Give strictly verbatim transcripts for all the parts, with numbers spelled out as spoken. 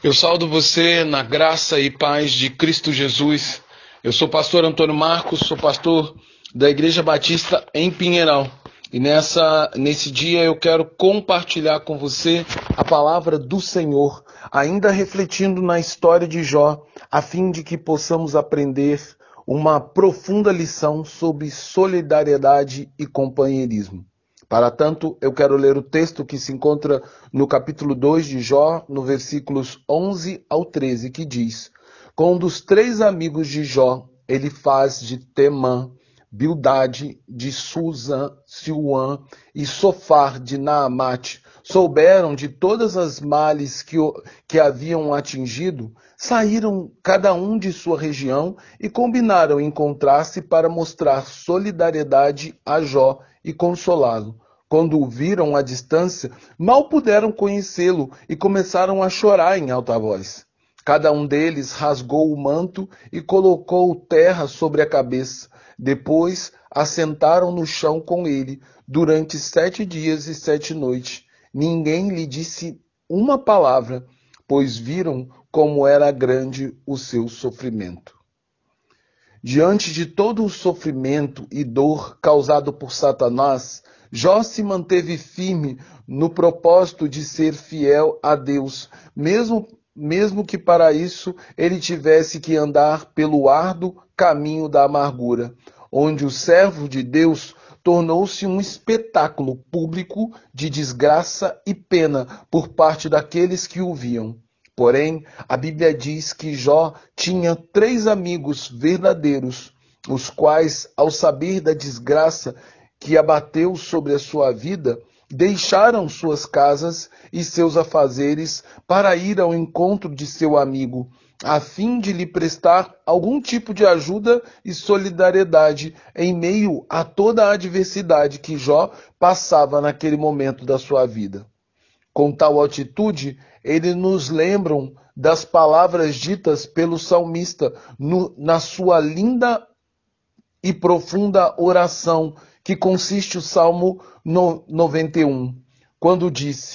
Eu saúdo você na graça e paz de Cristo Jesus. Eu sou pastor Antônio Marcos, sou pastor da Igreja Batista em Pinheiral. E nessa, nesse dia eu quero compartilhar com você a palavra do Senhor, ainda refletindo na história de Jó, a fim de que possamos aprender uma profunda lição sobre solidariedade e companheirismo. Para tanto, eu quero ler o texto que se encontra no capítulo dois de Jó, no versículos onze ao treze, que diz: Com um dos três amigos de Jó, ele faz de Temã, Bildade de Susa, Silã e Sofar de Naamate, souberam de todas as males que, o, que haviam atingido, saíram cada um de sua região e combinaram encontrar-se para mostrar solidariedade a Jó e consolá-lo. Quando o viram à distância, mal puderam conhecê-lo e começaram a chorar em alta voz. Cada um deles rasgou o manto e colocou terra sobre a cabeça. Depois assentaram no chão com ele durante sete dias e sete noites. Ninguém lhe disse uma palavra, pois viram como era grande o seu sofrimento. Diante de todo o sofrimento e dor causado por Satanás, Jó se manteve firme no propósito de ser fiel a Deus, mesmo, mesmo que para isso ele tivesse que andar pelo árduo caminho da amargura, onde o servo de Deus tornou-se um espetáculo público de desgraça e pena por parte daqueles que o viam. Porém, a Bíblia diz que Jó tinha três amigos verdadeiros, os quais, ao saber da desgraça que abateu sobre a sua vida, deixaram suas casas e seus afazeres para ir ao encontro de seu amigo, a fim de lhe prestar algum tipo de ajuda e solidariedade em meio a toda a adversidade que Jó passava naquele momento da sua vida. Com tal atitude, eles nos lembram das palavras ditas pelo salmista no, na sua linda e profunda oração, que consiste o Salmo noventa e um, quando disse: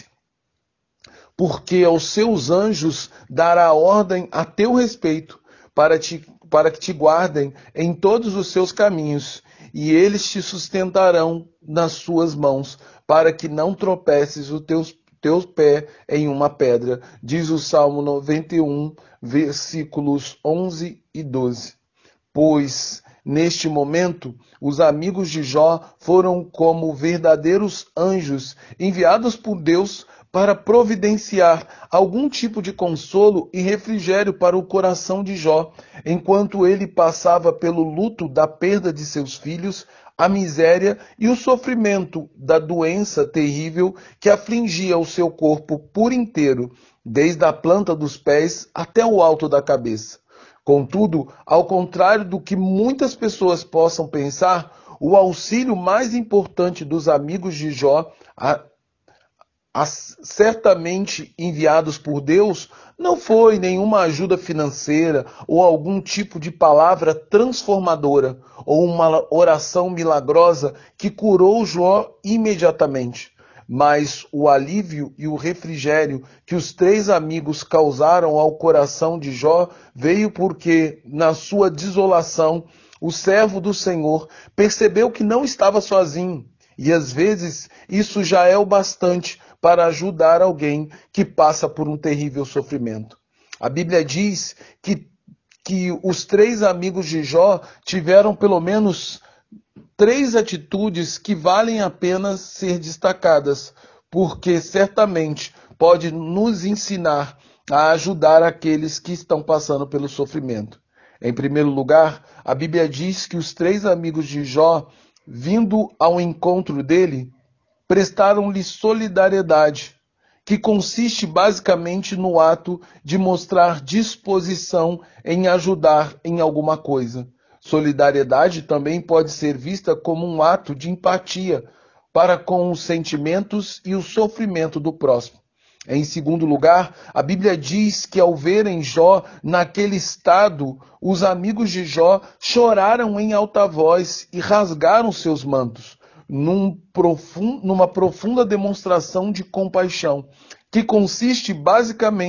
Porque aos seus anjos dará ordem a teu respeito, para, te, para que te guardem em todos os seus caminhos, e eles te sustentarão nas suas mãos, para que não tropeces o teu, teu pé em uma pedra, diz o Salmo noventa e um, versículos onze e doze. Pois, neste momento, os amigos de Jó foram como verdadeiros anjos enviados por Deus para providenciar algum tipo de consolo e refrigério para o coração de Jó, enquanto ele passava pelo luto da perda de seus filhos, a miséria e o sofrimento da doença terrível que afligia o seu corpo por inteiro, desde a planta dos pés até o alto da cabeça. Contudo, ao contrário do que muitas pessoas possam pensar, o auxílio mais importante dos amigos de Jó, a, a, certamente enviados por Deus, não foi nenhuma ajuda financeira ou algum tipo de palavra transformadora ou uma oração milagrosa que curou Jó imediatamente. Mas o alívio e o refrigério que os três amigos causaram ao coração de Jó veio porque, na sua desolação, o servo do Senhor percebeu que não estava sozinho. E às vezes isso já é o bastante para ajudar alguém que passa por um terrível sofrimento. A Bíblia diz que, que os três amigos de Jó tiveram pelo menos três atitudes que valem a pena ser destacadas, porque certamente pode nos ensinar a ajudar aqueles que estão passando pelo sofrimento. Em primeiro lugar, a Bíblia diz que os três amigos de Jó, vindo ao encontro dele, prestaram-lhe solidariedade, que consiste basicamente no ato de mostrar disposição em ajudar em alguma coisa. Solidariedade também pode ser vista como um ato de empatia para com os sentimentos e o sofrimento do próximo. Em segundo lugar, a Bíblia diz que ao verem Jó naquele estado, os amigos de Jó choraram em alta voz e rasgaram seus mantos, num profun- numa profunda demonstração de compaixão, que consiste basicamente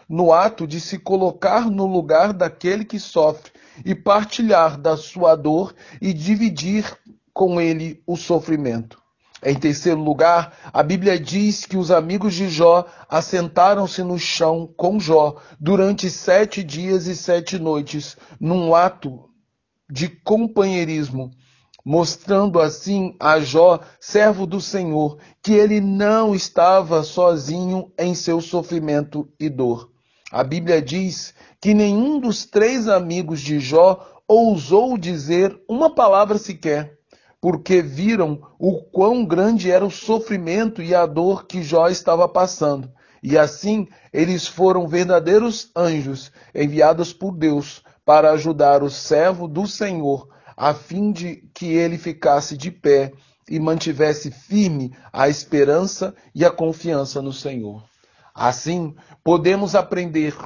no ato de se colocar no lugar daquele que sofre e partilhar da sua dor e dividir com ele o sofrimento. Em terceiro lugar, a Bíblia diz que os amigos de Jó assentaram-se no chão com Jó durante sete dias e sete noites, num ato de companheirismo, mostrando assim a Jó, servo do Senhor, que ele não estava sozinho em seu sofrimento e dor. A Bíblia diz que nenhum dos três amigos de Jó ousou dizer uma palavra sequer, porque viram o quão grande era o sofrimento e a dor que Jó estava passando. E assim, eles foram verdadeiros anjos enviados por Deus para ajudar o servo do Senhor, a fim de que ele ficasse de pé e mantivesse firme a esperança e a confiança no Senhor. Assim, podemos aprender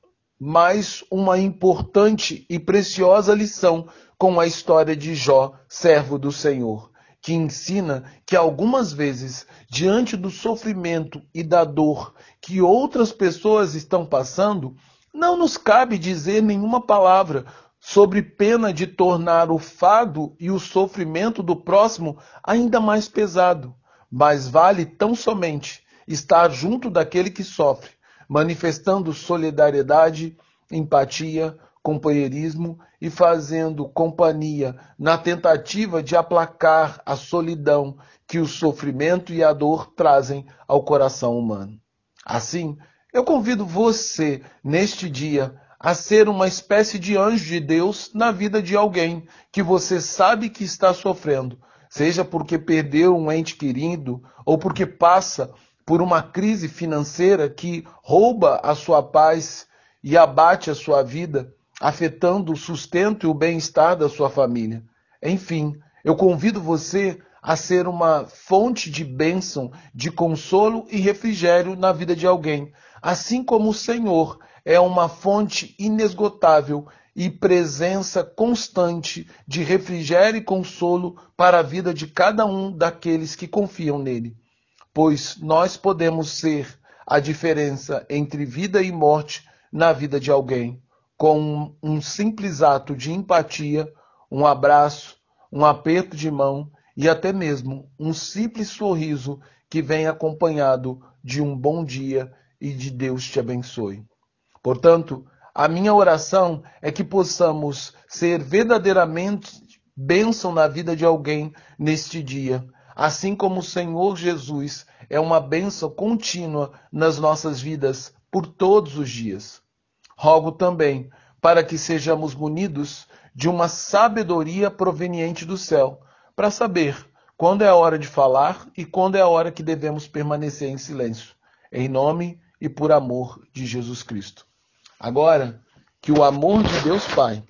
mais uma importante e preciosa lição com a história de Jó, servo do Senhor, que ensina que algumas vezes, diante do sofrimento e da dor que outras pessoas estão passando, não nos cabe dizer nenhuma palavra, sobre pena de tornar o fado e o sofrimento do próximo ainda mais pesado, mas vale tão somente estar junto daquele que sofre, manifestando solidariedade, empatia, companheirismo e fazendo companhia na tentativa de aplacar a solidão que o sofrimento e a dor trazem ao coração humano. Assim, eu convido você, neste dia, a ser uma espécie de anjo de Deus na vida de alguém que você sabe que está sofrendo, seja porque perdeu um ente querido ou porque passa por uma crise financeira que rouba a sua paz e abate a sua vida, afetando o sustento e o bem-estar da sua família. Enfim, eu convido você a ser uma fonte de bênção, de consolo e refrigério na vida de alguém, assim como o Senhor é uma fonte inesgotável e presença constante de refrigério e consolo para a vida de cada um daqueles que confiam nele. Pois nós podemos ser a diferença entre vida e morte na vida de alguém, com um simples ato de empatia, um abraço, um aperto de mão e até mesmo um simples sorriso que vem acompanhado de um bom dia e de Deus te abençoe. Portanto, a minha oração é que possamos ser verdadeiramente bênção na vida de alguém neste dia, assim como o Senhor Jesus é uma bênção contínua nas nossas vidas por todos os dias. Rogo também para que sejamos munidos de uma sabedoria proveniente do céu, para saber quando é a hora de falar e quando é a hora que devemos permanecer em silêncio, em nome e por amor de Jesus Cristo. Agora, que o amor de Deus Pai,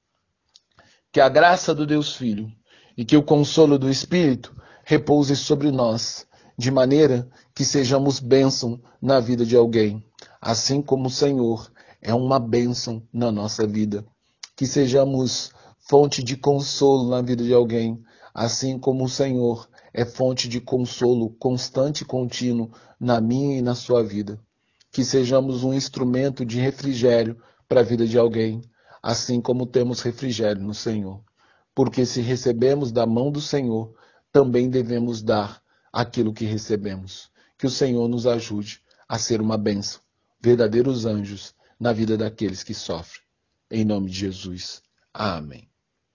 que a graça do Deus Filho e que o consolo do Espírito repouse sobre nós, de maneira que sejamos bênção na vida de alguém, assim como o Senhor é uma bênção na nossa vida. Que sejamos fonte de consolo na vida de alguém, assim como o Senhor é fonte de consolo constante e contínuo na minha e na sua vida. Que sejamos um instrumento de refrigério para a vida de alguém, assim como temos refrigério no Senhor. Porque se recebemos da mão do Senhor, também devemos dar aquilo que recebemos. Que o Senhor nos ajude a ser uma bênção, verdadeiros anjos na vida daqueles que sofrem. Em nome de Jesus. Amém.